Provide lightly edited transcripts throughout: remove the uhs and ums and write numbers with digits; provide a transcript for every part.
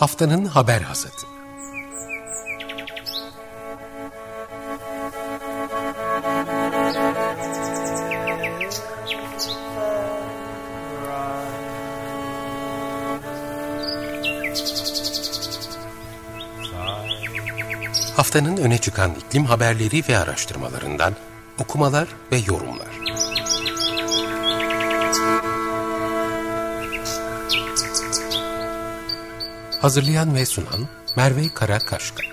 Haftanın haber hasadı. Haftanın öne çıkan iklim haberleri ve araştırmalarından okumalar ve yorumlar. Hazırlayan ve sunan Merve Karakaşka.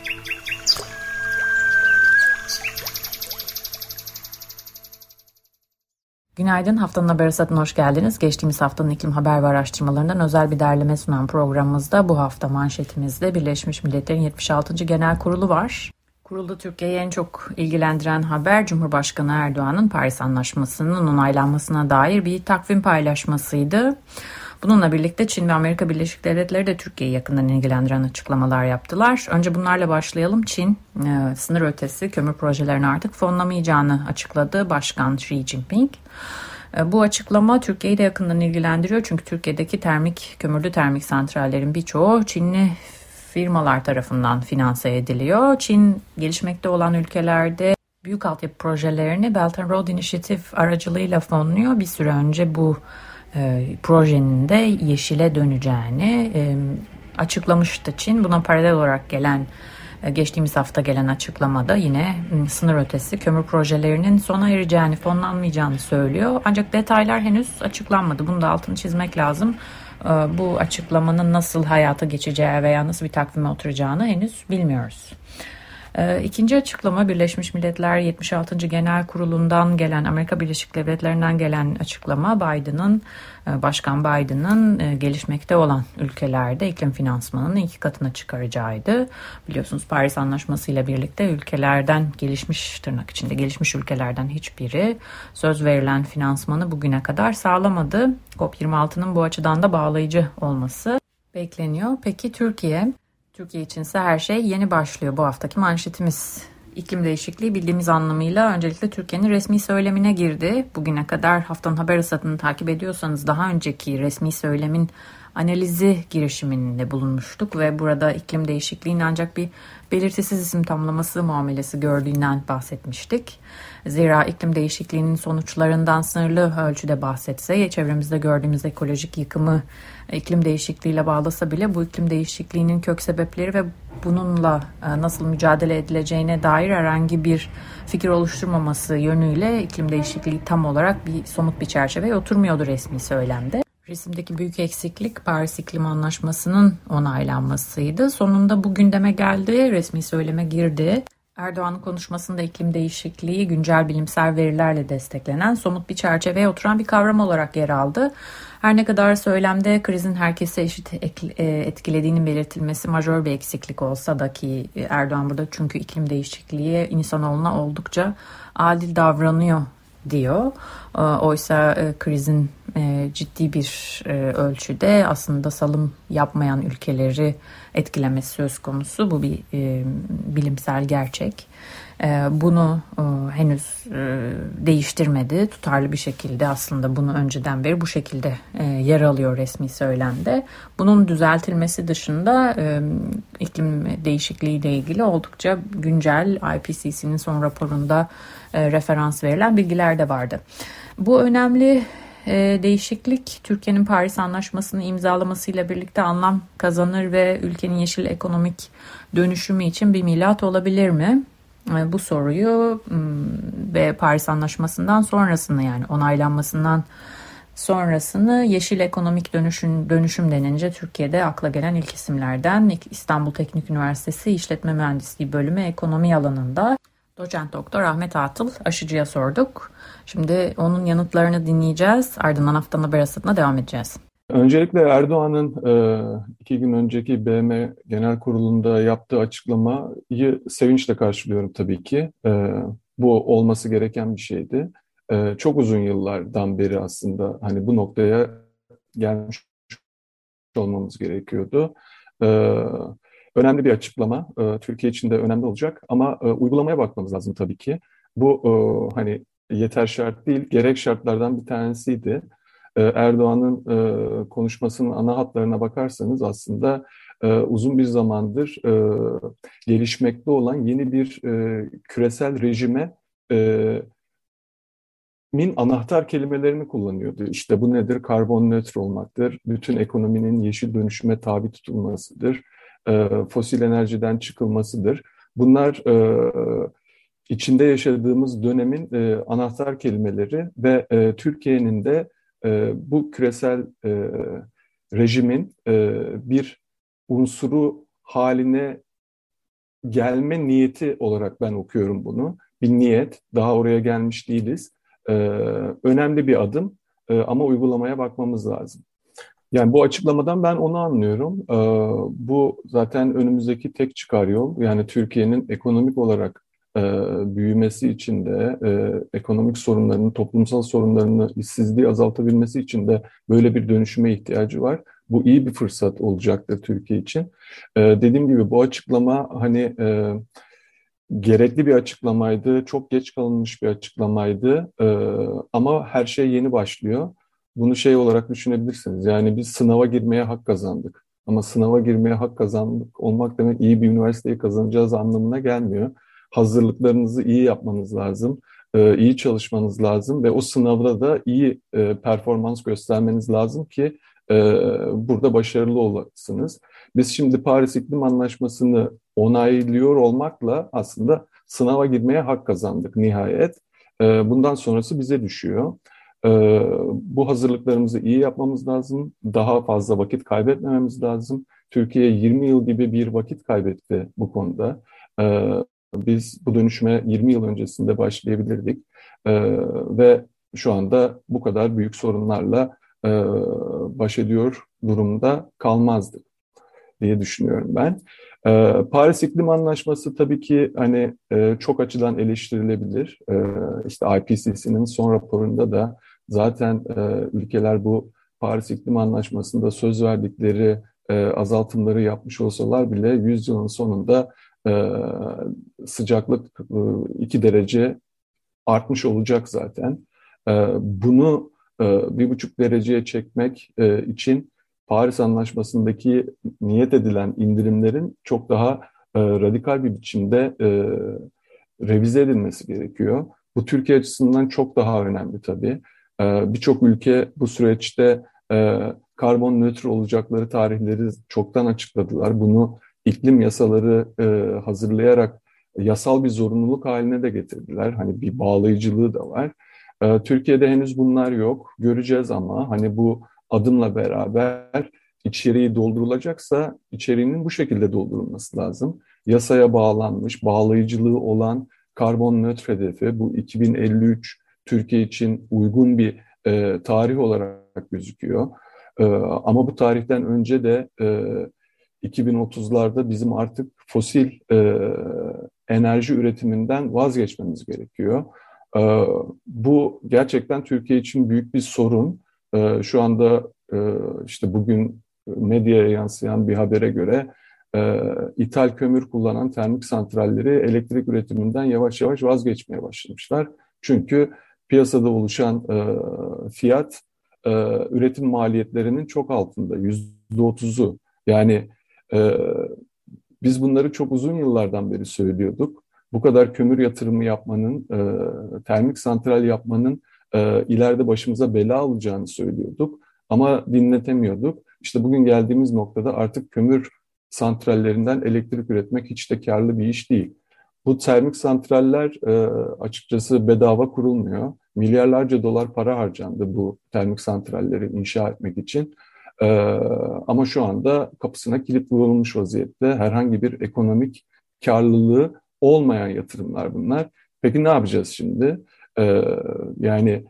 Günaydın, haftanın haber hasadına hoş geldiniz. Geçtiğimiz haftanın iklim haber ve araştırmalarından özel bir derleme sunan programımızda bu hafta manşetimizde Birleşmiş Milletler'in 76. Genel Kurulu var. Kurulda Türkiye'yi en çok ilgilendiren haber Cumhurbaşkanı Erdoğan'ın Paris Anlaşması'nın onaylanmasına dair bir takvim paylaşmasıydı. Bununla birlikte Çin ve Amerika Birleşik Devletleri de Türkiye'yi yakından ilgilendiren açıklamalar yaptılar. Önce bunlarla başlayalım. Çin, sınır ötesi kömür projelerini artık fonlamayacağını açıkladı Başkan Xi Jinping. Bu açıklama Türkiye'yi de yakından ilgilendiriyor. Çünkü Türkiye'deki kömürlü termik santrallerin birçoğu Çinli firmalar tarafından finanse ediliyor. Çin gelişmekte olan ülkelerde büyük altyapı projelerini Belt and Road Initiative aracılığıyla fonluyor. Bir süre önce bu projenin de yeşile döneceğini açıklamıştı Çin. Buna paralel olarak geçtiğimiz hafta gelen açıklamada yine sınır ötesi kömür projelerinin sona ereceğini, fonlanmayacağını söylüyor. Ancak detaylar henüz açıklanmadı. Bunu da altını çizmek lazım. Bu açıklamanın nasıl hayata geçeceği veya nasıl bir takvime oturacağını henüz bilmiyoruz. İkinci açıklama Birleşmiş Milletler 76. Genel Kurulu'ndan gelen, Amerika Birleşik Devletleri'nden gelen açıklama Başkan Biden'ın gelişmekte olan ülkelerde iklim finansmanını 2 katına çıkaracağıydı. Biliyorsunuz Paris Anlaşması ile birlikte gelişmiş ülkelerden hiçbiri söz verilen finansmanı bugüne kadar sağlamadı. COP26'nın bu açıdan da bağlayıcı olması bekleniyor. Peki Türkiye içinse her şey yeni başlıyor. Bu haftaki manşetimiz iklim değişikliği bildiğimiz anlamıyla öncelikle Türkiye'nin resmi söylemine girdi. Bugüne kadar haftanın haber hasadını takip ediyorsanız daha önceki resmi söylemin analizi girişiminde bulunmuştuk ve burada iklim değişikliğinin ancak bir belirtisiz isim tamlaması muamelesi gördüğünden bahsetmiştik. Zira iklim değişikliğinin sonuçlarından sınırlı ölçüde bahsetse, çevremizde gördüğümüz ekolojik yıkımı iklim değişikliğiyle bağlasa bile bu iklim değişikliğinin kök sebepleri ve bununla nasıl mücadele edileceğine dair herhangi bir fikir oluşturmaması yönüyle iklim değişikliği tam olarak bir somut bir çerçeveye oturmuyordu resmi söylemde. Resimdeki büyük eksiklik Paris İklim Anlaşması'nın onaylanmasıydı. Sonunda bu gündeme geldi, resmi söyleme girdi. Erdoğan'ın konuşmasında iklim değişikliği güncel bilimsel verilerle desteklenen somut bir çerçeveye oturan bir kavram olarak yer aldı. Her ne kadar söylemde krizin herkese eşit etkilediğinin belirtilmesi majör bir eksiklik olsa da ki Erdoğan burada çünkü iklim değişikliği insanoğluna oldukça adil davranıyor diyor. Oysa krizin ciddi bir ölçüde aslında salım yapmayan ülkeleri etkilemesi söz konusu. Bu bir bilimsel gerçek. Bunu henüz değiştirmedi. Tutarlı bir şekilde aslında bunu önceden beri bu şekilde yer alıyor resmi söylemde. Bunun düzeltilmesi dışında iklim değişikliği ile ilgili oldukça güncel IPCC'nin son raporunda referans verilen bilgiler de vardı. Bu önemli değişiklik Türkiye'nin Paris Anlaşması'nı imzalamasıyla birlikte anlam kazanır ve ülkenin yeşil ekonomik dönüşümü için bir milat olabilir mi? Bu soruyu ve Paris Anlaşması'ndan sonrasını, yani onaylanmasından sonrasını yeşil ekonomik dönüşüm denince Türkiye'de akla gelen ilk isimlerden İstanbul Teknik Üniversitesi İşletme Mühendisliği Bölümü Ekonomi alanında Doçent Doktor Ahmet Atıl Aşıcı'ya sorduk. Şimdi onun yanıtlarını dinleyeceğiz. Ardından haftanın haber hasadına devam edeceğiz. Öncelikle Erdoğan'ın 2 gün önceki BM Genel Kurulu'nda yaptığı açıklamayı sevinçle karşılıyorum tabii ki. Bu olması gereken bir şeydi. Çok uzun yıllardan beri aslında hani bu noktaya gelmiş olmamız gerekiyordu. Önemli bir açıklama. Türkiye için de önemli olacak ama uygulamaya bakmamız lazım tabii ki. Bu hani yeter şart değil, gerek şartlardan bir tanesiydi. Erdoğan'ın konuşmasının ana hatlarına bakarsanız aslında uzun bir zamandır gelişmekte olan yeni bir küresel rejime min anahtar kelimelerini kullanıyordu. İşte bu nedir? Karbon nötr olmaktır. Bütün ekonominin yeşil dönüşüme tabi tutulmasıdır. Fosil enerjiden çıkılmasıdır. Bunlar içinde yaşadığımız dönemin anahtar kelimeleri ve Türkiye'nin de bu küresel rejimin bir unsuru haline gelme niyeti olarak ben okuyorum bunu. Bir niyet, daha oraya gelmiş değiliz. Ee, Önemli bir adım ama uygulamaya bakmamız lazım. Yani bu açıklamadan ben onu anlıyorum. Bu zaten önümüzdeki tek çıkar yol. Yani Türkiye'nin ekonomik olarak e, büyümesi için de ekonomik sorunlarını, toplumsal sorunlarını, işsizliği azaltabilmesi için de böyle bir dönüşüme ihtiyacı var. Bu iyi bir fırsat olacaktır Türkiye için. Dediğim gibi bu açıklama hani gerekli bir açıklamaydı, çok geç kalınmış bir açıklamaydı. Ama her şey yeni başlıyor. Bunu şey olarak düşünebilirsiniz. Yani biz sınava girmeye hak kazandık. Ama sınava girmeye hak kazandık olmak demek iyi bir üniversiteyi kazanacağız anlamına gelmiyor. Hazırlıklarınızı iyi yapmanız lazım, iyi çalışmanız lazım ve o sınavda da iyi performans göstermeniz lazım ki e, burada başarılı olasınız. Biz şimdi Paris İklim Anlaşması'nı onaylıyor olmakla aslında sınava girmeye hak kazandık nihayet. Bundan sonrası bize düşüyor. Bu hazırlıklarımızı iyi yapmamız lazım. Daha fazla vakit kaybetmememiz lazım. Türkiye 20 yıl gibi bir vakit kaybetti bu konuda. Biz bu dönüşüme 20 yıl öncesinde başlayabilirdik. Ve şu anda bu kadar büyük sorunlarla e, baş ediyor durumda kalmazdık diye düşünüyorum ben. Paris İklim Anlaşması tabii ki hani çok açıdan eleştirilebilir. İşte IPCC'nin son raporunda da zaten ülkeler bu Paris İklim Anlaşması'nda söz verdikleri azaltımları yapmış olsalar bile 100 yılın sonunda e, sıcaklık 2 derece artmış olacak zaten. Bunu 1,5 dereceye çekmek için Paris Anlaşması'ndaki niyet edilen indirimlerin çok daha radikal bir biçimde revize edilmesi gerekiyor. Bu Türkiye açısından çok daha önemli tabii. Birçok ülke bu süreçte karbon nötr olacakları tarihleri çoktan açıkladılar. Bunu iklim yasaları hazırlayarak yasal bir zorunluluk haline de getirdiler. Hani bir bağlayıcılığı da var. Türkiye'de henüz bunlar yok. Göreceğiz ama hani bu adımla beraber içeriği doldurulacaksa içeriğinin bu şekilde doldurulması lazım. Yasaya bağlanmış, bağlayıcılığı olan karbon nötr hedefi bu 2053 Türkiye için uygun bir tarih olarak gözüküyor. Ama bu tarihten önce de 2030'larda bizim artık fosil enerji üretiminden vazgeçmemiz gerekiyor. Bu gerçekten Türkiye için büyük bir sorun. Şu anda işte bugün medyaya yansıyan bir habere göre ithal kömür kullanan termik santralleri elektrik üretiminden yavaş yavaş vazgeçmeye başlamışlar. Çünkü piyasada oluşan fiyat e, üretim maliyetlerinin çok altında, %30'u. Yani e, biz bunları çok uzun yıllardan beri söylüyorduk. Bu kadar kömür yatırımı yapmanın, termik santral yapmanın ileride başımıza bela alacağını söylüyorduk. Ama dinletemiyorduk. İşte bugün geldiğimiz noktada artık kömür santrallerinden elektrik üretmek hiç de karlı bir iş değil. Bu termik santraller açıkçası bedava kurulmuyor. Milyarlarca dolar para harcandı bu termik santralleri inşa etmek için. Ama şu anda kapısına kilit vurulmuş vaziyette. Herhangi bir ekonomik karlılığı olmayan yatırımlar bunlar. Peki ne yapacağız şimdi? Yani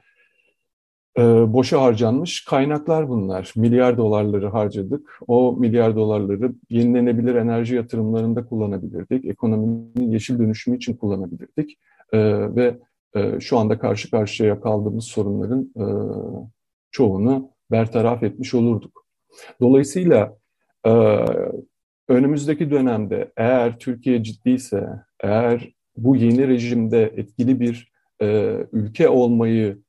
boşa harcanmış kaynaklar bunlar. Milyar dolarları harcadık. O milyar dolarları yenilenebilir enerji yatırımlarında kullanabilirdik. Ekonominin yeşil dönüşümü için kullanabilirdik. Ve şu anda karşı karşıya kaldığımız sorunların çoğunu bertaraf etmiş olurduk. Dolayısıyla e, önümüzdeki dönemde eğer Türkiye ciddiyse, eğer bu yeni rejimde etkili bir ülke olmayı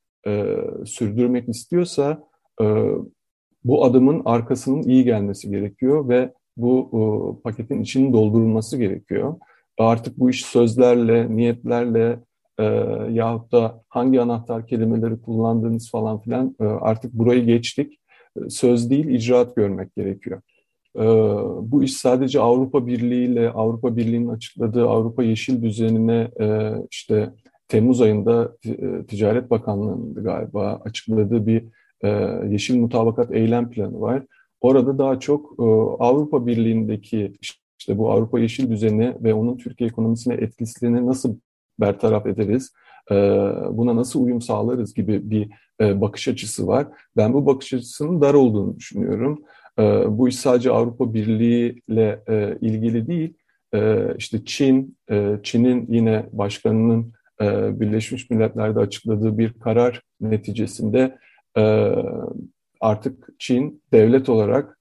sürdürmek istiyorsa, bu adımın arkasının iyi gelmesi gerekiyor ve bu paketin içinin doldurulması gerekiyor. Artık bu iş sözlerle, niyetlerle yahut da hangi anahtar kelimeleri kullandığınız falan filan artık burayı geçtik. Söz değil, icraat görmek gerekiyor. Ee, Bu iş sadece Avrupa Birliği ile Avrupa Birliği'nin açıkladığı Avrupa Yeşil Düzeni'ne işte Temmuz ayında Ticaret Bakanlığı'nın galiba açıkladığı bir e, Yeşil Mutabakat Eylem Planı var. Orada daha çok Avrupa Birliği'ndeki işte bu Avrupa Yeşil Düzeni ve onun Türkiye ekonomisine etkisini nasıl bertaraf ederiz, e, buna nasıl uyum sağlarız gibi bir bakış açısı var. Ben bu bakış açısının dar olduğunu düşünüyorum. Bu iş sadece Avrupa Birliği ile ilgili değil. İşte Çin'in yine başkanının Birleşmiş Milletler'de açıkladığı bir karar neticesinde e, artık Çin devlet olarak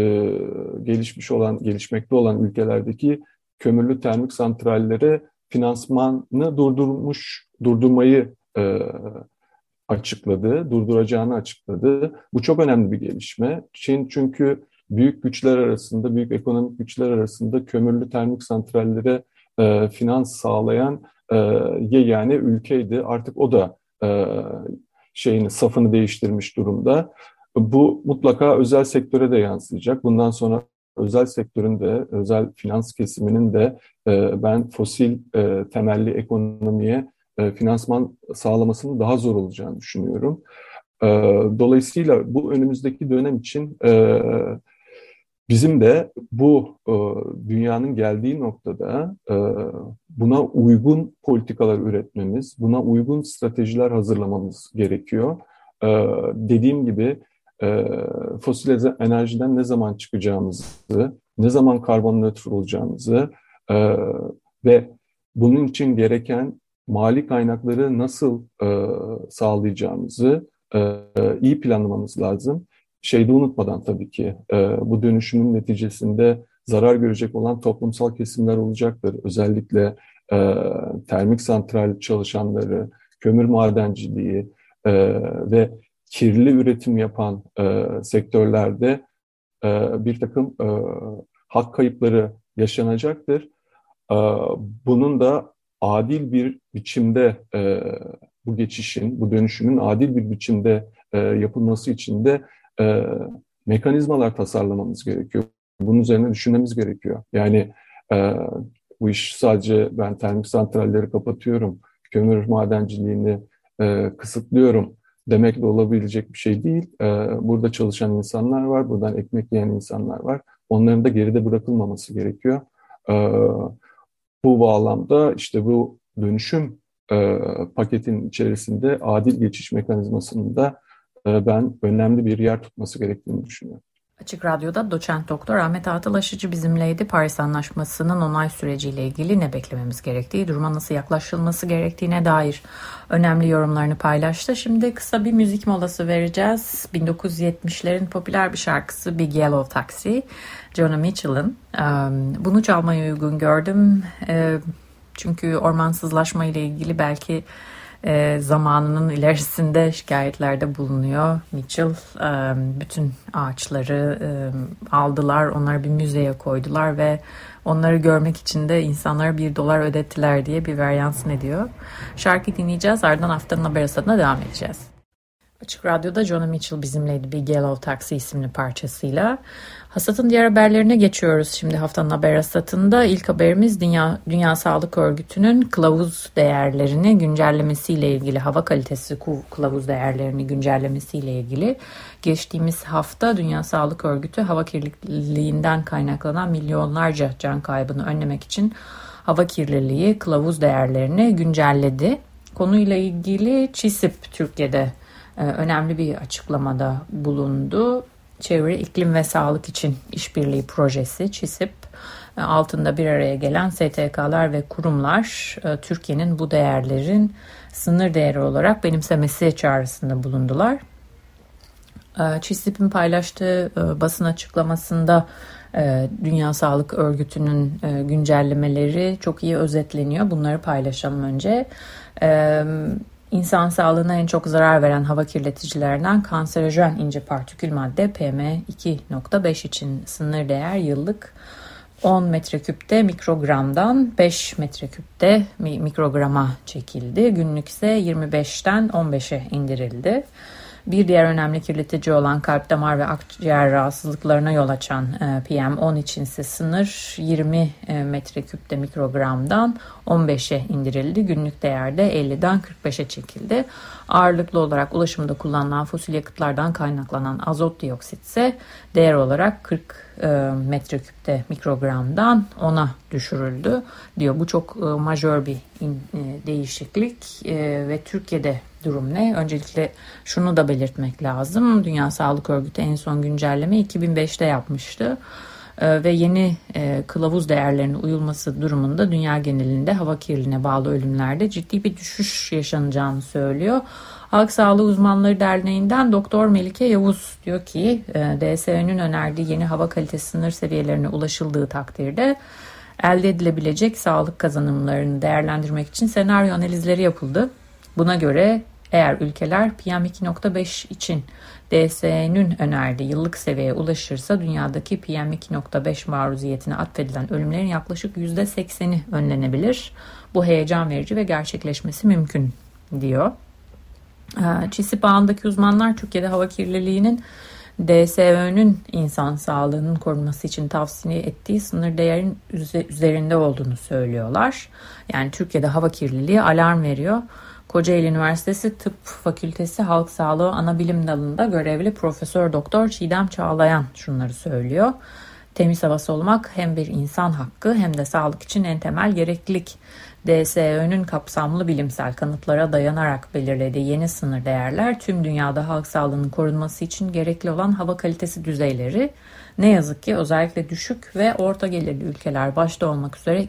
gelişmekte olan ülkelerdeki kömürlü termik santrallere finansmanı durdurmayı açıkladı, durduracağını açıkladı. Bu çok önemli bir gelişme. Çin çünkü büyük ekonomik güçler arasında kömürlü termik santrallere finans sağlayan yegane ülkeydi. Artık o da safını değiştirmiş durumda. Bu mutlaka özel sektöre de yansıyacak. Bundan sonra özel sektörün de, özel finans kesiminin de ben fosil temelli ekonomiye finansman sağlamasının daha zor olacağını düşünüyorum. Dolayısıyla bu önümüzdeki dönem için bizim de bu dünyanın geldiği noktada buna uygun politikalar üretmemiz, buna uygun stratejiler hazırlamamız gerekiyor. Dediğim gibi fosil enerjiden ne zaman çıkacağımızı, ne zaman karbon nötr olacağımızı ve bunun için gereken mali kaynakları nasıl sağlayacağımızı iyi planlamamız lazım. Şeyde unutmadan tabii ki bu dönüşümün neticesinde zarar görecek olan toplumsal kesimler olacaktır. Özellikle termik santral çalışanları, kömür madenciliği ve kirli üretim yapan sektörlerde bir takım hak kayıpları yaşanacaktır. Bunun da adil bir biçimde bu dönüşümün adil bir biçimde yapılması için de mekanizmalar tasarlamamız gerekiyor. Bunun üzerine düşünmemiz gerekiyor. Yani bu iş sadece ben termik santralleri kapatıyorum, kömür madenciliğini kısıtlıyorum demek de olabilecek bir şey değil. Burada çalışan insanlar var, buradan ekmek yiyen insanlar var. Onların da geride bırakılmaması gerekiyor. Bu bağlamda işte bu dönüşüm paketin içerisinde adil geçiş mekanizmasının da ben önemli bir yer tutması gerektiğini düşünüyorum. Açık Radyo'da doçent doktor Ahmet Atıl Aşıcı bizimleydi. Paris Anlaşması'nın onay süreciyle ilgili ne beklememiz gerektiği, duruma nasıl yaklaşılması gerektiğine dair önemli yorumlarını paylaştı. Şimdi kısa bir müzik molası vereceğiz. 1970'lerin popüler bir şarkısı Big Yellow Taxi, Joni Mitchell'ın. Bunu çalmayı uygun gördüm. Çünkü ormansızlaşma ile ilgili belki zamanının ilerisinde şikayetlerde bulunuyor. Mitchell bütün ağaçları aldılar, onları bir müzeye koydular ve onları görmek için de insanlara $1 ödettiler diye bir varyans ediyor. Şarkı dinleyeceğiz, ardından haftanın haber hasatına devam edeceğiz. Açık Radyo'da Joni Mitchell bizimleydi Big Yellow Taxi isimli parçasıyla. Hasatın diğer haberlerine geçiyoruz. Şimdi haftanın haber hasatında ilk haberimiz Dünya Sağlık Örgütü'nün kılavuz değerlerini güncellemesiyle ilgili, hava kalitesi kılavuz değerlerini güncellemesiyle ilgili. Geçtiğimiz hafta Dünya Sağlık Örgütü hava kirliliğinden kaynaklanan milyonlarca can kaybını önlemek için hava kirliliği kılavuz değerlerini güncelledi. Konuyla ilgili ÇİSİP Türkiye'de önemli bir açıklamada bulundu. Çevre, İklim ve Sağlık için İşbirliği Projesi ÇİSİP altında bir araya gelen STK'lar ve kurumlar Türkiye'nin bu değerlerin sınır değeri olarak benimsemesi çağrısında bulundular. ÇİSİP'in paylaştığı basın açıklamasında Dünya Sağlık Örgütü'nün güncellemeleri çok iyi özetleniyor. Bunları paylaşalım önce. İnsan sağlığına en çok zarar veren hava kirleticilerinden kanserojen ince partikül madde PM2.5 için sınır değer yıllık 10 metreküpte mikrogramdan 5 metreküpte mikrograma çekildi. Günlük ise 25'ten 15'e indirildi. Bir diğer önemli kirletici olan kalp, damar ve akciğer rahatsızlıklarına yol açan PM10 için ise sınır 20 metreküpte mikrogramdan 15'e indirildi. Günlük değerde 50'den 45'e çekildi. Ağırlıklı olarak ulaşımda kullanılan fosil yakıtlardan kaynaklanan azot dioksit ise değer olarak 40 metreküpte mikrogramdan 10'a düşürüldü diyor. Bu çok majör bir değişiklik ve Türkiye'de durum ne? Öncelikle şunu da belirtmek lazım. Dünya Sağlık Örgütü en son güncelleme 2005'te yapmıştı. Ve yeni kılavuz değerlerine uyulması durumunda dünya genelinde hava kirliliğine bağlı ölümlerde ciddi bir düşüş yaşanacağını söylüyor. Halk Sağlığı Uzmanları Derneği'nden Doktor Melike Yavuz diyor ki DSÖ'nün önerdiği yeni hava kalitesi sınır seviyelerine ulaşıldığı takdirde elde edilebilecek sağlık kazanımlarını değerlendirmek için senaryo analizleri yapıldı. Buna göre eğer ülkeler PM2.5 için DSE'nin önerdiği yıllık seviyeye ulaşırsa dünyadaki PM2.5 maruziyetine atfedilen ölümlerin yaklaşık %80'i önlenebilir. Bu heyecan verici ve gerçekleşmesi mümkün diyor. ÇİSİP ağındaki uzmanlar Türkiye'de hava kirliliğinin DSÖ'nün insan sağlığının korunması için tavsiye ettiği sınır değerin üzerinde olduğunu söylüyorlar. Yani Türkiye'de hava kirliliği alarm veriyor. Kocaeli Üniversitesi Tıp Fakültesi Halk Sağlığı Anabilim Dalı'nda görevli Profesör Doktor Çiğdem Çağlayan şunları söylüyor. Temiz hava solumak hem bir insan hakkı hem de sağlık için en temel gereklilik. DSÖ'nün kapsamlı bilimsel kanıtlara dayanarak belirlediği yeni sınır değerler tüm dünyada halk sağlığının korunması için gerekli olan hava kalitesi düzeyleri. Ne yazık ki özellikle düşük ve orta gelirli ülkeler başta olmak üzere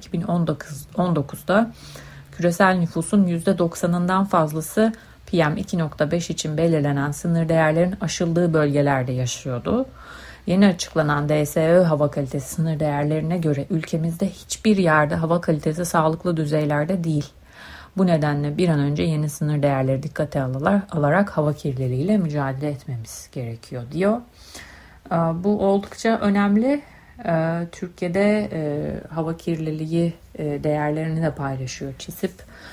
2019'da küresel nüfusun %90'ından fazlası PM2.5 için belirlenen sınır değerlerin aşıldığı bölgelerde yaşıyordu. Yeni açıklanan DSÖ hava kalitesi sınır değerlerine göre ülkemizde hiçbir yerde hava kalitesi sağlıklı düzeylerde değil. Bu nedenle bir an önce yeni sınır değerleri dikkate alarak hava kirliliğiyle mücadele etmemiz gerekiyor diyor. Bu oldukça önemli. Türkiye'de hava kirliliği değerlerini de paylaşıyor ÇİSİP.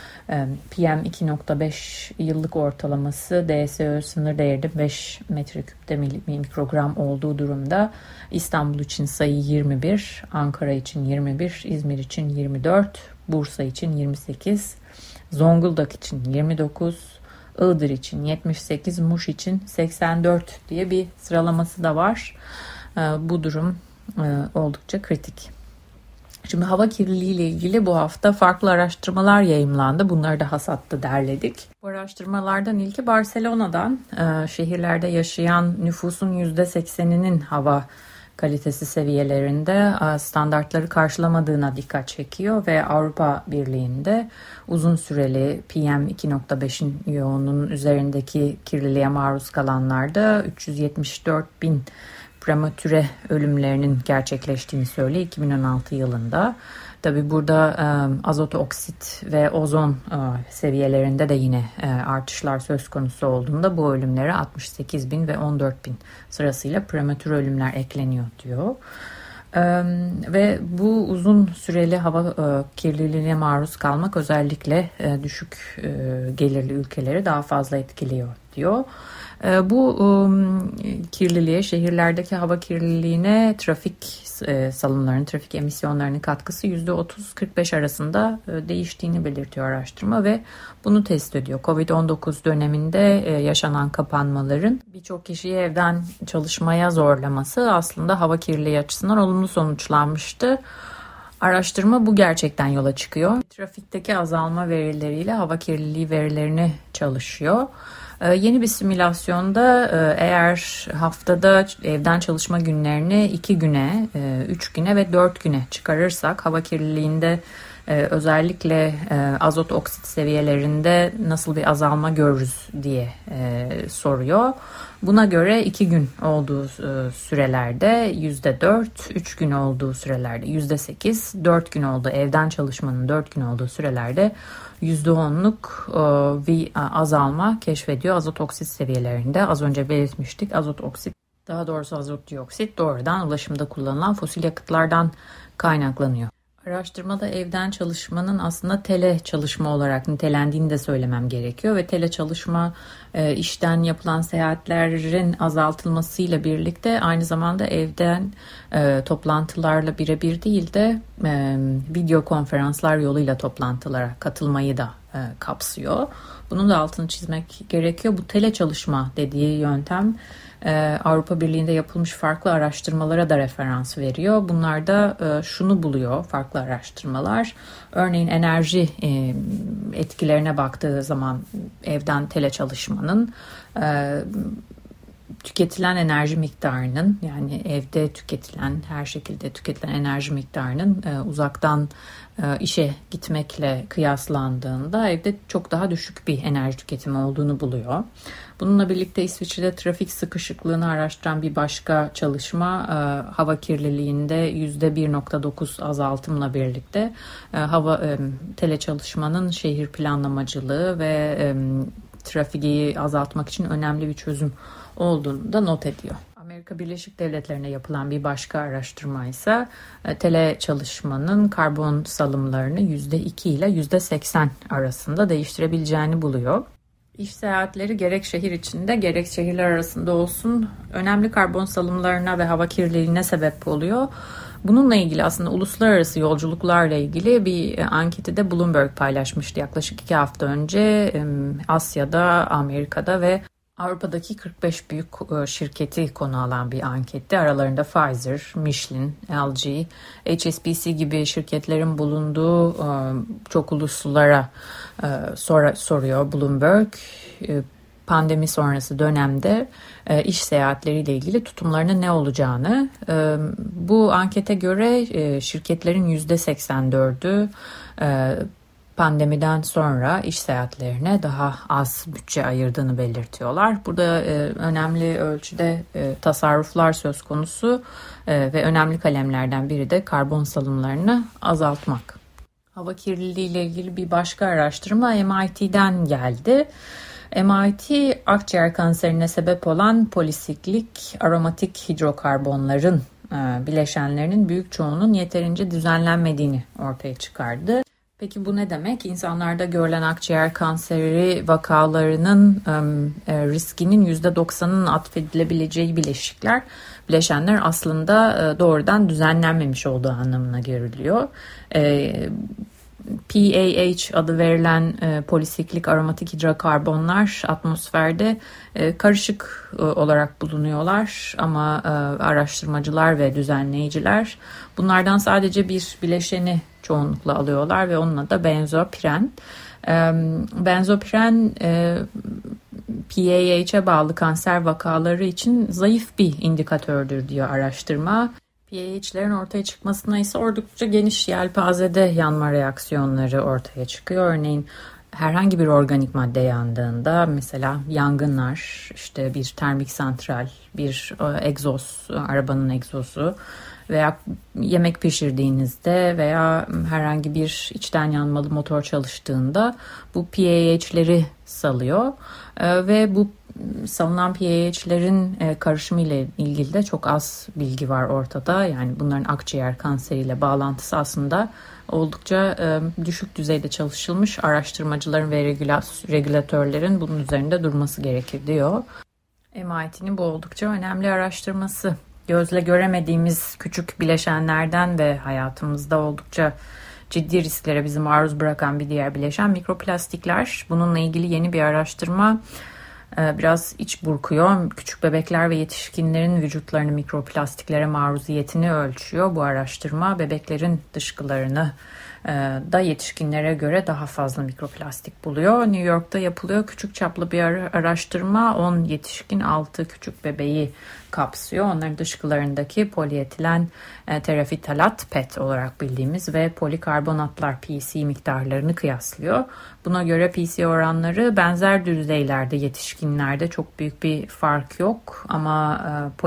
PM2.5 yıllık ortalaması DSÖ sınır değeri 5 metreküpte mikrogram olduğu durumda İstanbul için sayı 21, Ankara için 21, İzmir için 24, Bursa için 28, Zonguldak için 29, Iğdır için 78, Muş için 84 diye bir sıralaması da var. Bu durum oldukça kritik. Şimdi hava kirliliği ile ilgili bu hafta farklı araştırmalar yayımlandı. Bunları da Hasat'ta derledik. Bu araştırmalardan ilki Barcelona'dan. Şehirlerde yaşayan nüfusun %80'inin hava kalitesi seviyelerinde standartları karşılamadığına dikkat çekiyor ve Avrupa Birliği'nde uzun süreli PM2.5'in yoğunluğunun üzerindeki kirliliğe maruz kalanlarda 374 bin prematüre ölümlerinin gerçekleştiğini söylüyor 2016 yılında. Tabii burada azot oksit ve ozon seviyelerinde de yine artışlar söz konusu olduğunda bu ölümlere 68 bin ve 14 bin sırasıyla prematür ölümler ekleniyor diyor. Ve bu uzun süreli hava kirliliğine maruz kalmak özellikle düşük gelirli ülkeleri daha fazla etkiliyor diyor. Bu kirliliğe, şehirlerdeki hava kirliliğine trafik salımlarının, trafik emisyonlarının katkısı %30-45 arasında değiştiğini belirtiyor araştırma ve bunu test ediyor. Covid-19 döneminde yaşanan kapanmaların birçok kişiyi evden çalışmaya zorlaması aslında hava kirliliği açısından olumlu sonuçlanmıştı. Araştırma bu gerçekten yola çıkıyor. Trafikteki azalma verileriyle hava kirliliği verilerini çalışıyor. Yeni bir simülasyonda eğer haftada evden çalışma günlerini 2 güne, 3 güne ve 4 güne çıkarırsak hava kirliliğinde özellikle azot oksit seviyelerinde nasıl bir azalma görürüz diye soruyor. Buna göre 2 gün olduğu sürelerde %4, 3 gün olduğu sürelerde %8, 4 gün olduğu evden çalışmanın 4 gün olduğu sürelerde %10'luk bir azalma keşfediyor azot oksit seviyelerinde. Az önce belirtmiştik, azot oksit, daha doğrusu azot dioksit doğrudan ulaşımda kullanılan fosil yakıtlardan kaynaklanıyor. Araştırmada evden çalışmanın aslında tele çalışma olarak nitelendiğini de söylemem gerekiyor ve tele çalışma işten yapılan seyahatlerin azaltılmasıyla birlikte aynı zamanda evden toplantılarla birebir değil de video konferanslar yoluyla toplantılara katılmayı da kapsıyor. Bunun da altını çizmek gerekiyor. Bu tele çalışma dediği yöntem Avrupa Birliği'nde yapılmış farklı araştırmalara da referans veriyor. Bunlar da şunu buluyor farklı araştırmalar. Örneğin enerji etkilerine baktığı zaman evden teleçalışmanın tüketilen enerji miktarının, yani evde tüketilen, her şekilde tüketilen enerji miktarının uzaktan işe gitmekle kıyaslandığında evde çok daha düşük bir enerji tüketimi olduğunu buluyor. Bununla birlikte İsviçre'de trafik sıkışıklığını araştıran bir başka çalışma hava kirliliğinde %1.9 azaltımla birlikte teleçalışmanın şehir planlamacılığı ve trafiği azaltmak için önemli bir çözüm olduğunu da not ediyor. Amerika Birleşik Devletleri'nde yapılan bir başka araştırma ise tele çalışmanın karbon salımlarını %2 ile %80 arasında değiştirebileceğini buluyor. İş seyahatleri gerek şehir içinde gerek şehirler arasında olsun önemli karbon salımlarına ve hava kirliliğine sebep oluyor. Bununla ilgili aslında uluslararası yolculuklarla ilgili bir anketi de Bloomberg paylaşmıştı yaklaşık 2 hafta önce. Asya'da, Amerika'da ve Avrupa'daki 45 büyük şirketi konu alan bir anketti. Aralarında Pfizer, Michelin, LG, HSBC gibi şirketlerin bulunduğu çok uluslulara soruyor Bloomberg. Pandemi sonrası dönemde iş seyahatleriyle ilgili tutumlarının ne olacağını. Bu ankete göre şirketlerin %84'ü pandemiden sonra iş seyahatlerine daha az bütçe ayırdığını belirtiyorlar. Burada önemli ölçüde tasarruflar söz konusu ve önemli kalemlerden biri de karbon salımlarını azaltmak. Hava kirliliği ile ilgili bir başka araştırma MIT'den geldi. MIT, akciğer kanserine sebep olan polisiklik aromatik hidrokarbonların bileşenlerinin büyük çoğunun yeterince düzenlenmediğini ortaya çıkardı. Peki bu ne demek? İnsanlarda görülen akciğer kanseri vakalarının riskinin %90'ının atfedilebileceği bileşenler aslında doğrudan düzenlenmemiş olduğu anlamına geliliyor. PAH adı verilen polisiklik aromatik hidrokarbonlar atmosferde karışık olarak bulunuyorlar ama araştırmacılar ve düzenleyiciler bunlardan sadece bir bileşeni çoğunlukla alıyorlar ve onun adı benzopiren. Benzopiren PAH'e bağlı kanser vakaları için zayıf bir indikatördür diyor araştırma. PAH'lerin ortaya çıkmasına ise oldukça geniş yelpazede yanma reaksiyonları ortaya çıkıyor. Örneğin herhangi bir organik madde yandığında, mesela yangınlar, işte bir termik santral, bir egzoz, arabanın egzozu veya yemek pişirdiğinizde veya herhangi bir içten yanmalı motor çalıştığında bu PAH'leri salıyor ve bu salınan PAH'lerin karışımı ile ilgili de çok az bilgi var ortada. Yani bunların akciğer kanseriyle bağlantısı aslında oldukça düşük düzeyde çalışılmış. Araştırmacıların ve regülatörlerin bunun üzerinde durması gerekir diyor. MIT'nin bu oldukça önemli araştırması. Gözle göremediğimiz küçük bileşenlerden ve hayatımızda oldukça ciddi risklere bizi maruz bırakan bir diğer bileşen mikroplastikler. Bununla ilgili yeni bir araştırma biraz iç burkuyor. Küçük bebekler ve yetişkinlerin vücutlarını mikroplastiklere maruziyetini ölçüyor. Bu araştırma bebeklerin dışkılarını da yetişkinlere göre daha fazla mikroplastik buluyor. New York'ta yapılıyor küçük çaplı bir araştırma. 10 yetişkin 6 küçük bebeği kapsıyor. Onların dışkılarındaki polietilen terefitalat PET olarak bildiğimiz ve polikarbonatlar PC miktarlarını kıyaslıyor. Buna göre PC oranları benzer düzeylerde yetişkinlerde çok büyük bir fark yok ama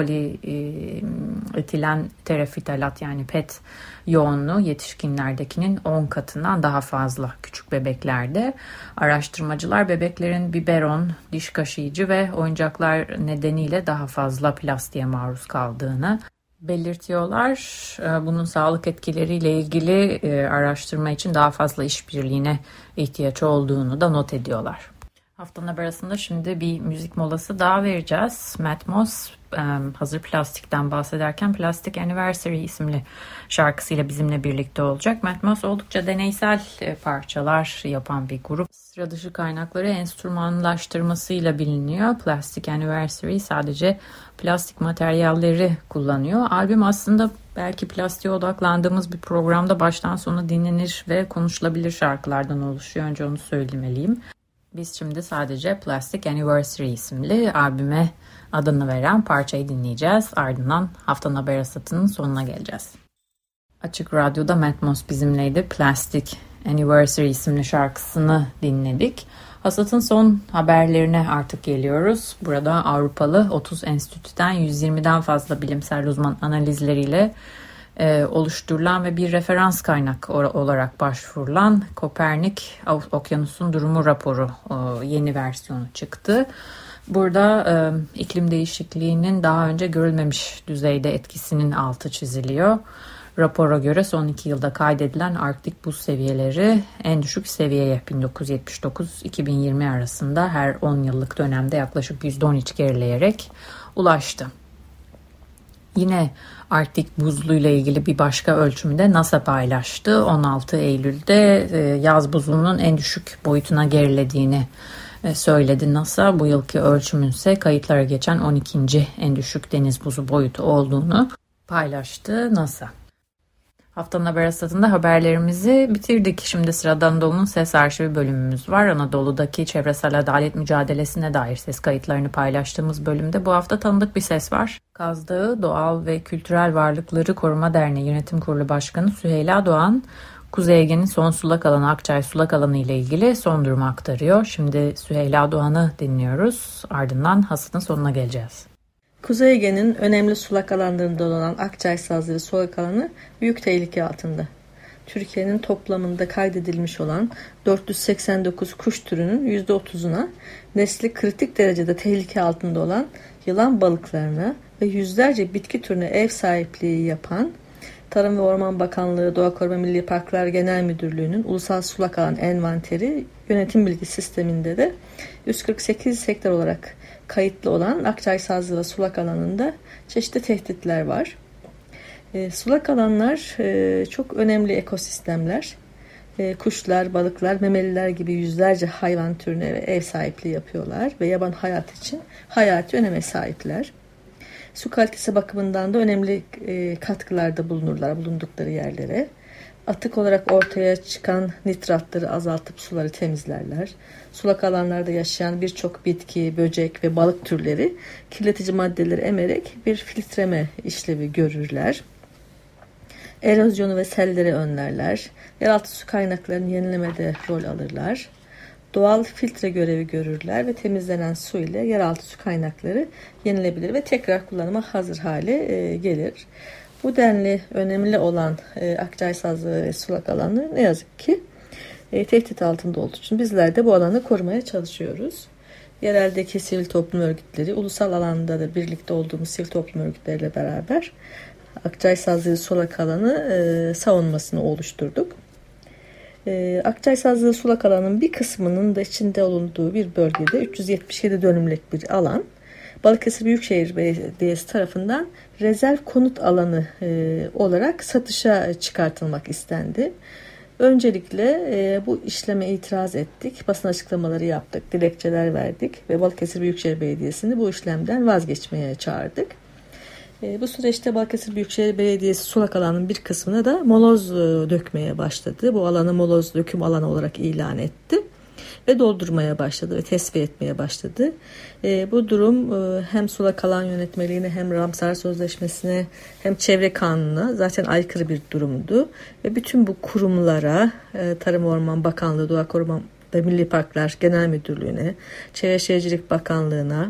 polietilen terefitalat yani PET yoğunluğu yetişkinlerdekinin 10 katından daha fazla küçük bebeklerde. Araştırmacılar bebeklerin biberon, diş kaşıyıcı ve oyuncaklar nedeniyle daha fazla plastiğe maruz kaldığını belirtiyorlar. Bunun sağlık etkileriyle ilgili araştırma için daha fazla işbirliğine ihtiyaç olduğunu da not ediyorlar. Haftanın haber arasında şimdi bir müzik molası daha vereceğiz. Matt Moss hazır plastikten bahsederken Plastic Anniversary isimli şarkısıyla bizimle birlikte olacak. Matt Moss oldukça deneysel parçalar yapan bir grup. Sıra dışı kaynakları enstrümanlaştırmasıyla biliniyor. Plastic Anniversary sadece plastik materyalleri kullanıyor. Albüm aslında belki plastiğe odaklandığımız bir programda baştan sona dinlenir ve konuşulabilir şarkılardan oluşuyor. Önce onu söylemeliyim. Biz şimdi sadece Plastic Anniversary isimli albüme adını veren parçayı dinleyeceğiz. Ardından haftanın haber hasatının sonuna geleceğiz. Açık Radyo'da Matt Moss bizimleydi. Plastic Anniversary isimli şarkısını dinledik. Hasatın son haberlerine artık geliyoruz. Burada Avrupalı 30 enstitüden 120'den fazla bilimsel uzman analizleriyle oluşturulan ve bir referans kaynak olarak başvurulan Kopernik Okyanus'un Durumu raporu yeni versiyonu çıktı. Burada iklim değişikliğinin daha önce görülmemiş düzeyde etkisinin altı çiziliyor. Rapora göre son 2 yılda kaydedilen Arktik buz seviyeleri en düşük seviyeye 1979-2020 arasında her 10 yıllık dönemde yaklaşık %13 gerileyerek ulaştı. Yine Arktik buzluyla ilgili bir başka ölçümü de NASA paylaştı. 16 Eylül'de yaz buzulunun en düşük boyutuna gerilediğini söyledi NASA. Bu yılki ölçümün ise kayıtlara geçen 12. en düşük deniz buzu boyutu olduğunu paylaştı NASA. Haftanın haber hasatında haberlerimizi bitirdik. Şimdi sırada Anadolu'nun ses arşivi bölümümüz var. Anadolu'daki çevresel adalet mücadelesine dair ses kayıtlarını paylaştığımız bölümde bu hafta tanıdık bir ses var. Kaz Dağı Doğal ve Kültürel Varlıkları Koruma Derneği Yönetim Kurulu Başkanı Süheyla Doğan, Kuzey Ege'nin son sulak alanı Akçay sulak alanı ile ilgili son durumu aktarıyor. Şimdi Süheyla Doğan'ı dinliyoruz. Ardından hasatın sonuna geleceğiz. Kuzey Ege'nin önemli sulak alanlarında olan Akçay Sazlığı sulak alanı büyük tehlike altında. Türkiye'nin toplamında kaydedilmiş olan 489 kuş türünün %30'una, nesli kritik derecede tehlike altında olan yılan balıklarına ve yüzlerce bitki türüne ev sahipliği yapan Tarım ve Orman Bakanlığı Doğa Koruma Milli Parklar Genel Müdürlüğü'nün Ulusal Sulak Alan Envanteri Yönetim Bilgi Sistemi'nde de 148 hektar olarak kayıtlı olan Akçay Sazlığı sulak alanında çeşitli tehditler var. Sulak alanlar çok önemli ekosistemler. Kuşlar, balıklar, memeliler gibi yüzlerce hayvan türüne ev sahipliği yapıyorlar ve yaban hayat için hayati öneme sahipler. Su kalitesi bakımından da önemli katkılarda bulundukları yerlere. Atık olarak ortaya çıkan nitratları azaltıp suları temizlerler. Sulak alanlarda yaşayan birçok bitki, böcek ve balık türleri kirletici maddeleri emerek bir filtreme işlevi görürler. Erozyonu ve selleri önlerler. Yeraltı su kaynaklarını yenilemede rol alırlar. Doğal filtre görevi görürler ve temizlenen su ile yeraltı su kaynakları yenilebilir ve tekrar kullanıma hazır hale gelir. Bu denli önemli olan Akçay Sazlığı ve sulak alanları ne yazık ki tehdit altında olduğu için bizler de bu alanı korumaya çalışıyoruz. Yereldeki sivil toplum örgütleri, ulusal alanda da birlikte olduğumuz sivil toplum örgütleriyle beraber Akçay Sazlığı sulak alanı savunmasını oluşturduk. Akçay Sazlığı sulak alanın bir kısmının da içinde bulunduğu bir bölgede 377 dönümlük bir alan Balıkesir Büyükşehir Belediyesi tarafından rezerv konut alanı olarak satışa çıkartılmak istendi. Öncelikle bu işleme itiraz ettik, basın açıklamaları yaptık, dilekçeler verdik ve Balıkesir Büyükşehir Belediyesi'ni bu işlemden vazgeçmeye çağırdık. Bu süreçte Balıkesir Büyükşehir Belediyesi sulak alanın bir kısmına da moloz dökmeye başladı. Bu alanı moloz döküm alanı olarak ilan etti ve doldurmaya başladı ve tesviye etmeye başladı. Bu durum hem sulak alan yönetmeliğine hem Ramsar Sözleşmesi'ne hem Çevre Kanunu'na zaten aykırı bir durumdu. Ve bütün bu kurumlara Tarım Orman Bakanlığı, Doğa Koruma ve Milli Parklar Genel Müdürlüğü'ne, Çevre Şehircilik Bakanlığı'na,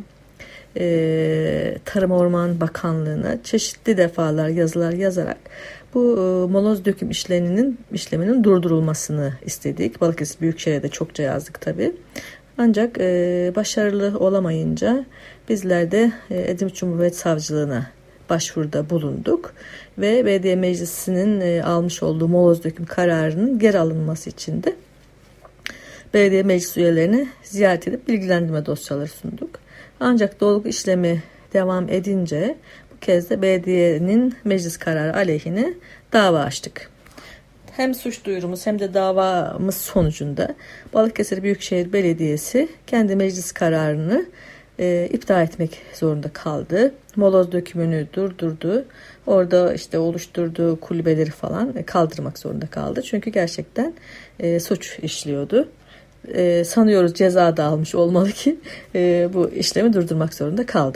Tarım Orman Bakanlığı'na çeşitli defalar yazılar yazarak bu moloz döküm işleminin durdurulmasını istedik. Balıkesir Büyükşehir'e de çokça yazdık tabii. Ancak başarılı olamayınca bizler de Edirne Cumhuriyet Savcılığına başvuruda bulunduk ve Belediye Meclisi'nin almış olduğu moloz döküm kararının geri alınması için de belediye meclis üyelerine ziyaret edip bilgilendirme dosyaları sunduk. Ancak dolgu işlemi devam edince bu kez de belediyenin meclis kararı aleyhine dava açtık. Hem suç duyurumuz hem de davamız sonucunda Balıkesir Büyükşehir Belediyesi kendi meclis kararını iptal etmek zorunda kaldı. Moloz dökümünü durdurdu. Orada işte oluşturduğu kulübeleri falan kaldırmak zorunda kaldı. Çünkü gerçekten suç işliyordu. Sanıyoruz ceza da almış olmalı ki bu işlemi durdurmak zorunda kaldı.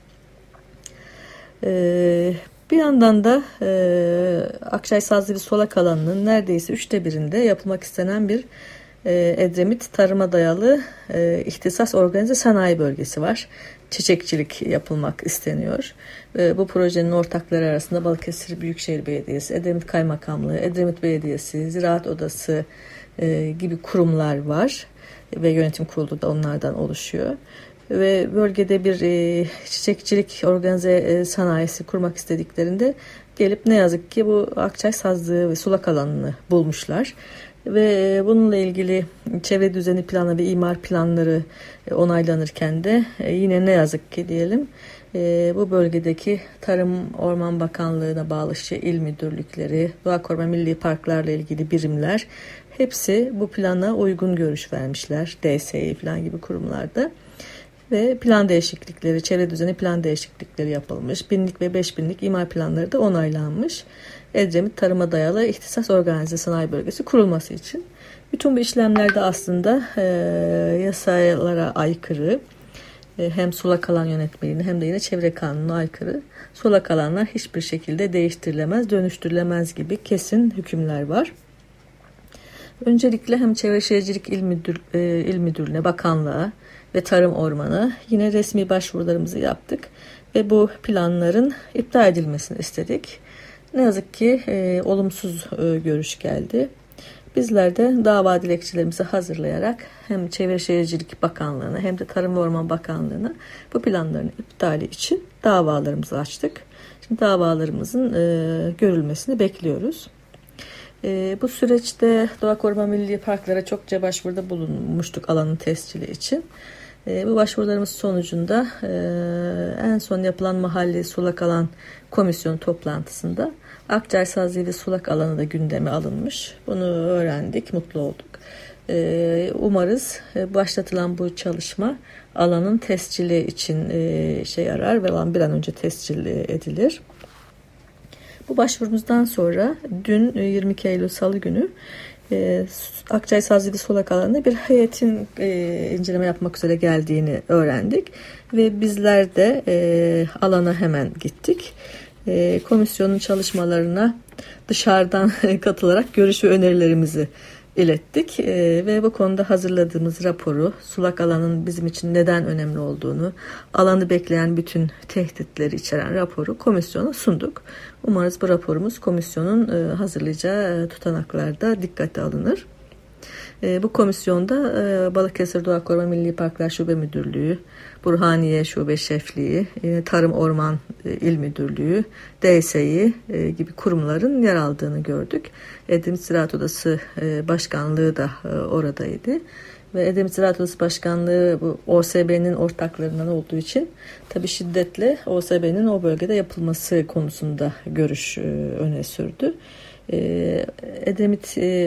Bir yandan da Akçay Sazlıvi Sulak Alanı'nın neredeyse 1/3'ünde yapılmak istenen bir Edremit tarıma dayalı ihtisas organize sanayi bölgesi var. Çiçekçilik yapılmak isteniyor. Bu projenin ortakları arasında Balıkesir Büyükşehir Belediyesi, Edremit Kaymakamlığı, Edremit Belediyesi, Ziraat Odası gibi kurumlar var ve yönetim kurulu da onlardan oluşuyor. Ve bölgede bir çiçekçilik organize sanayisi kurmak istediklerinde gelip ne yazık ki bu Akçay Sazlığı ve sulak alanını bulmuşlar. Ve bununla ilgili çevre düzeni planı ve imar planları onaylanırken de yine ne yazık ki diyelim bu bölgedeki Tarım Orman Bakanlığı'na bağlı il müdürlükleri, Doğa Koruma Milli Parklarla ilgili birimler hepsi bu plana uygun görüş vermişler. DSİ falan gibi kurumlarda. Ve plan değişiklikleri, çevre düzeni plan değişiklikleri yapılmış. 1000'lik ve 5000'lik imar planları da onaylanmış. Edremit tarıma dayalı ihtisas organize sanayi bölgesi kurulması için. Bütün bu işlemlerde aslında yasalara aykırı, hem sulak alan yönetmeliğine hem de yine çevre kanununa aykırı. Sulak alanlar hiçbir şekilde değiştirilemez, dönüştürülemez gibi kesin hükümler var. Öncelikle hem Çevre Şehircilik İl Müdürlüğü'ne, bakanlığa ve Tarım Ormanı yine resmi başvurularımızı yaptık ve bu planların iptal edilmesini istedik. Ne yazık ki olumsuz görüş geldi. Bizler de dava dilekçelerimizi hazırlayarak hem Çevre Şehircilik Bakanlığı'na hem de Tarım ve Orman Bakanlığı'na bu planların iptali için davalarımızı açtık. Şimdi davalarımızın görülmesini bekliyoruz. Bu süreçte Doğa Koruma Milli Parklara çokça başvuruda bulunmuştuk alanın tescili için. Bu başvurularımız sonucunda en son yapılan mahalle sulak alan komisyonu toplantısında Akçay Sazlıvi Sulak Alanı da gündeme alınmış. Bunu öğrendik, mutlu olduk. Umarız başlatılan bu çalışma alanın tescili için yarar ve alan bir an önce tescil edilir. Bu başvurumuzdan sonra dün 22 Eylül Salı günü Akçay Sazlıvi Sulak Alanı'na bir heyetin inceleme yapmak üzere geldiğini öğrendik. Ve bizler de alana hemen gittik. Komisyonun çalışmalarına dışarıdan katılarak görüş ve önerilerimizi ilettik ve bu konuda hazırladığımız raporu, sulak alanın bizim için neden önemli olduğunu, alanı bekleyen bütün tehditleri içeren raporu komisyona sunduk. Umarız bu raporumuz komisyonun hazırlayacağı tutanaklarda dikkate alınır. Bu komisyonda Balıkesir Doğa Koruma Milli Parklar Şube Müdürlüğü, Burhaniye Şube Şefliği, Tarım Orman İl Müdürlüğü, DSİ gibi kurumların yer aldığını gördük. Edremit Ziraat Odası Başkanlığı da oradaydı. Ve Edremit Ziraat Odası Başkanlığı bu OSB'nin ortaklarından olduğu için tabii şiddetle OSB'nin o bölgede yapılması konusunda görüş öne sürdü. Edremit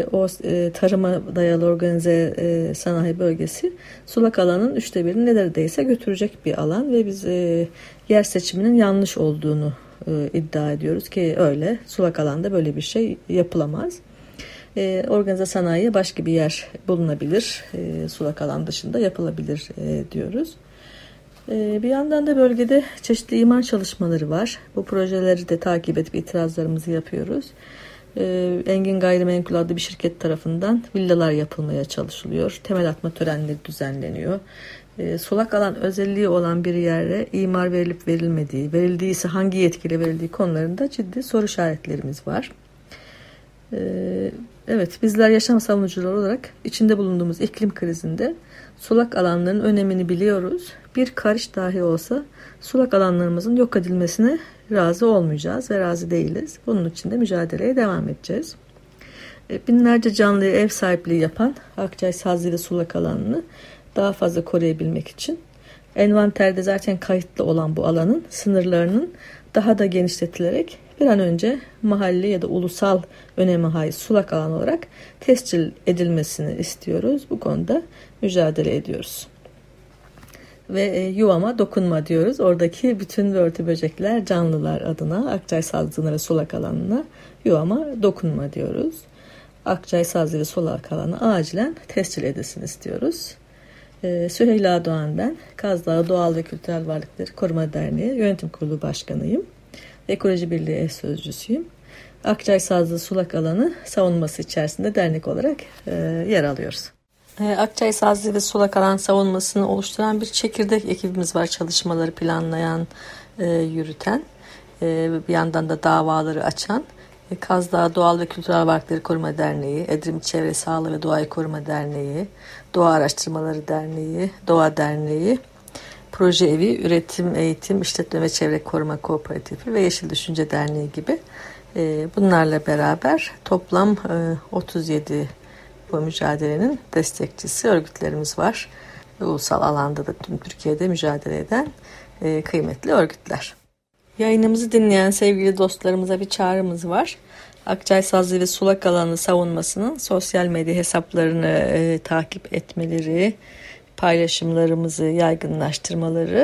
tarıma dayalı organize sanayi bölgesi sulak alanın 1/3'ünü neredeyse götürecek bir alan ve biz yer seçiminin yanlış olduğunu iddia ediyoruz ki öyle. Sulak alanda böyle bir şey yapılamaz. Organize sanayiye başka bir yer bulunabilir. Sulak alan dışında yapılabilir diyoruz. Bir yandan da bölgede çeşitli imar çalışmaları var. Bu projeleri de takip edip itirazlarımızı yapıyoruz. Engin Gayrimenkul adlı bir şirket tarafından villalar yapılmaya çalışılıyor. Temel atma törenleri düzenleniyor. Sulak alan özelliği olan bir yere imar verilip verilmediği, verildiyse hangi yetkiyle verildiği konularında ciddi soru işaretlerimiz var. Evet, bizler yaşam savunucuları olarak içinde bulunduğumuz iklim krizinde sulak alanların önemini biliyoruz. Bir karış dahi olsa sulak alanlarımızın yok edilmesine razı olmayacağız ve razı değiliz. Bunun için de mücadeleye devam edeceğiz. Binlerce canlıya ev sahipliği yapan Akçay Sazlığı ve sulak alanını daha fazla koruyabilmek için envanterde zaten kayıtlı olan bu alanın sınırlarının daha da genişletilerek bir an önce mahalli ya da ulusal öneme haiz sulak alan olarak tescil edilmesini istiyoruz. Bu konuda mücadele ediyoruz. Ve yuvama dokunma diyoruz. Oradaki bütün börtü böcekler, canlılar adına Akçay Sazlığı'na ve sulak alanına yuvama dokunma diyoruz. Akçay Sazlığı ve sulak alanı acilen tescil edilsin istiyoruz. Süheyla Doğan ben, Kaz Dağı Doğal ve Kültürel Varlıkları Koruma Derneği Yönetim Kurulu Başkanıyım. Ekoloji Birliği eş sözcüsüyüm. Akçay Sazlığı Sulak Alanı savunması içerisinde dernek olarak yer alıyoruz. Akçay Sazlığı ve Sulak Alan savunmasını oluşturan bir çekirdek ekibimiz var. Çalışmaları planlayan, yürüten, bir yandan da davaları açan. Kaz Dağı Doğal ve Kültürel Varlıkları Koruma Derneği, Edremit Çevre Sağlığı ve Doğayı Koruma Derneği, Doğa Araştırmaları Derneği, Doğa Derneği, Proje Evi, Üretim, Eğitim, İşletme ve Çevre Koruma Kooperatifi ve Yeşil Düşünce Derneği gibi bunlarla beraber toplam 37 bu mücadelenin destekçisi örgütlerimiz var. Ulusal alanda da tüm Türkiye'de mücadele eden kıymetli örgütler. Yayınımızı dinleyen sevgili dostlarımıza bir çağrımız var. Akçay Sazlığı ve Sulak Alanı savunmasının sosyal medya hesaplarını takip etmeleri, paylaşımlarımızı yaygınlaştırmaları,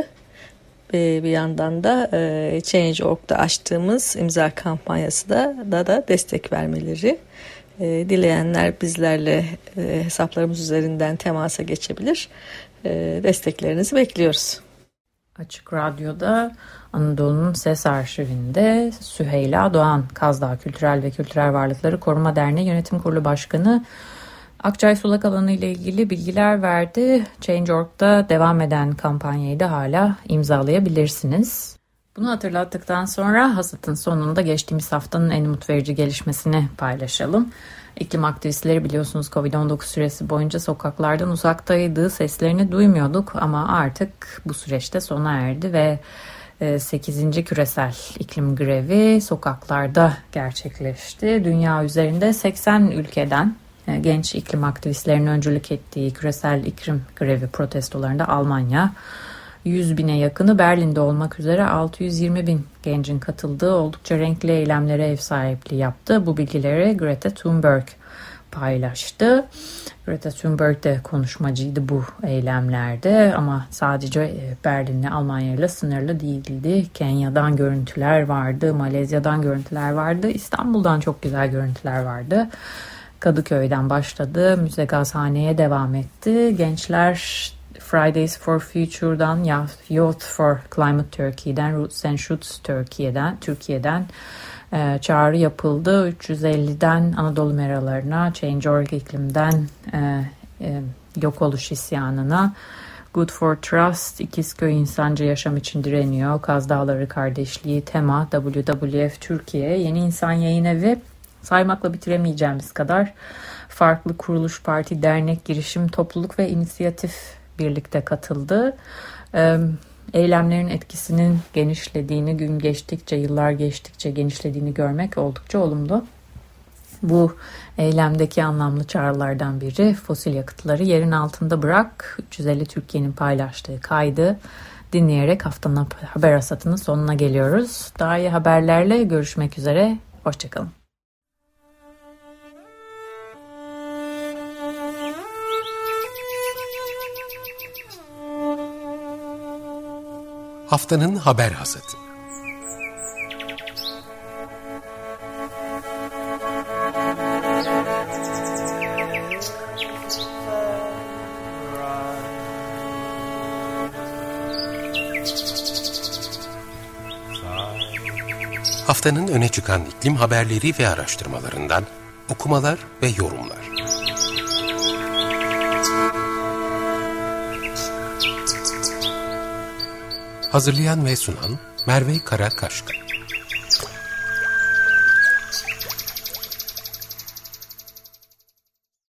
bir yandan da Change.org'da açtığımız imza kampanyası da destek vermeleri. Dileyenler bizlerle hesaplarımız üzerinden temasa geçebilir. Desteklerinizi bekliyoruz. Açık Radyo'da Anadolu'nun Ses Arşivinde Süheyla Doğan, Kaz Dağı Kültürel ve Kültürel Varlıkları Koruma Derneği Yönetim Kurulu Başkanı Akçay Sulak Alanı ile ilgili bilgiler verdi. Change.org'da devam eden kampanyayı da hala imzalayabilirsiniz. Bunu hatırlattıktan sonra hasatın sonunda geçtiğimiz haftanın en umut verici gelişmesini paylaşalım. İklim aktivistleri biliyorsunuz Covid-19 süresi boyunca sokaklardan uzaktaydı, seslerini duymuyorduk ama artık bu süreçte sona erdi ve 8. küresel iklim grevi sokaklarda gerçekleşti. Dünya üzerinde 80 ülkeden genç iklim aktivistlerinin öncülük ettiği küresel iklim grevi protestolarında Almanya, 100 bine yakını Berlin'de olmak üzere 620 bin gencin katıldığı oldukça renkli eylemlere ev sahipliği yaptı. Bu bilgileri Greta Thunberg paylaştı. Greta Thunberg de konuşmacıydı bu eylemlerde ama sadece Berlin'le Almanya'yla sınırlı değildi. Kenya'dan görüntüler vardı, Malezya'dan görüntüler vardı, İstanbul'dan çok güzel görüntüler vardı. Kadıköy'den başladı, Müze Gazhane'ye devam etti. Gençler Fridays for Future'dan, Youth for Climate Turkey'den, Roots and Shoots Türkiye'den çağrı yapıldı. 350'den Anadolu meralarına, Change.org iklimden yok oluş isyanına, Good for Trust, İkizköy İnsanca Yaşam için direniyor, Kaz Dağları Kardeşliği, Tema, WWF Türkiye, Yeni İnsan Yayın Evi, saymakla bitiremeyeceğimiz kadar farklı kuruluş, parti, dernek, girişim, topluluk ve inisiyatif birlikte katıldı. Eylemlerin etkisinin genişlediğini, gün geçtikçe, yıllar geçtikçe genişlediğini görmek oldukça olumlu. Bu eylemdeki anlamlı çağrılardan biri fosil yakıtları yerin altında bırak. 350 Türkiye'nin paylaştığı kaydı dinleyerek haftanın haber hasatının sonuna geliyoruz. Daha iyi haberlerle görüşmek üzere. Hoşçakalın. Haftanın haber hasatı. Haftanın öne çıkan iklim haberleri ve araştırmalarından okumalar ve yorumlar. Hazırlayan ve sunan Merve Karakaşka.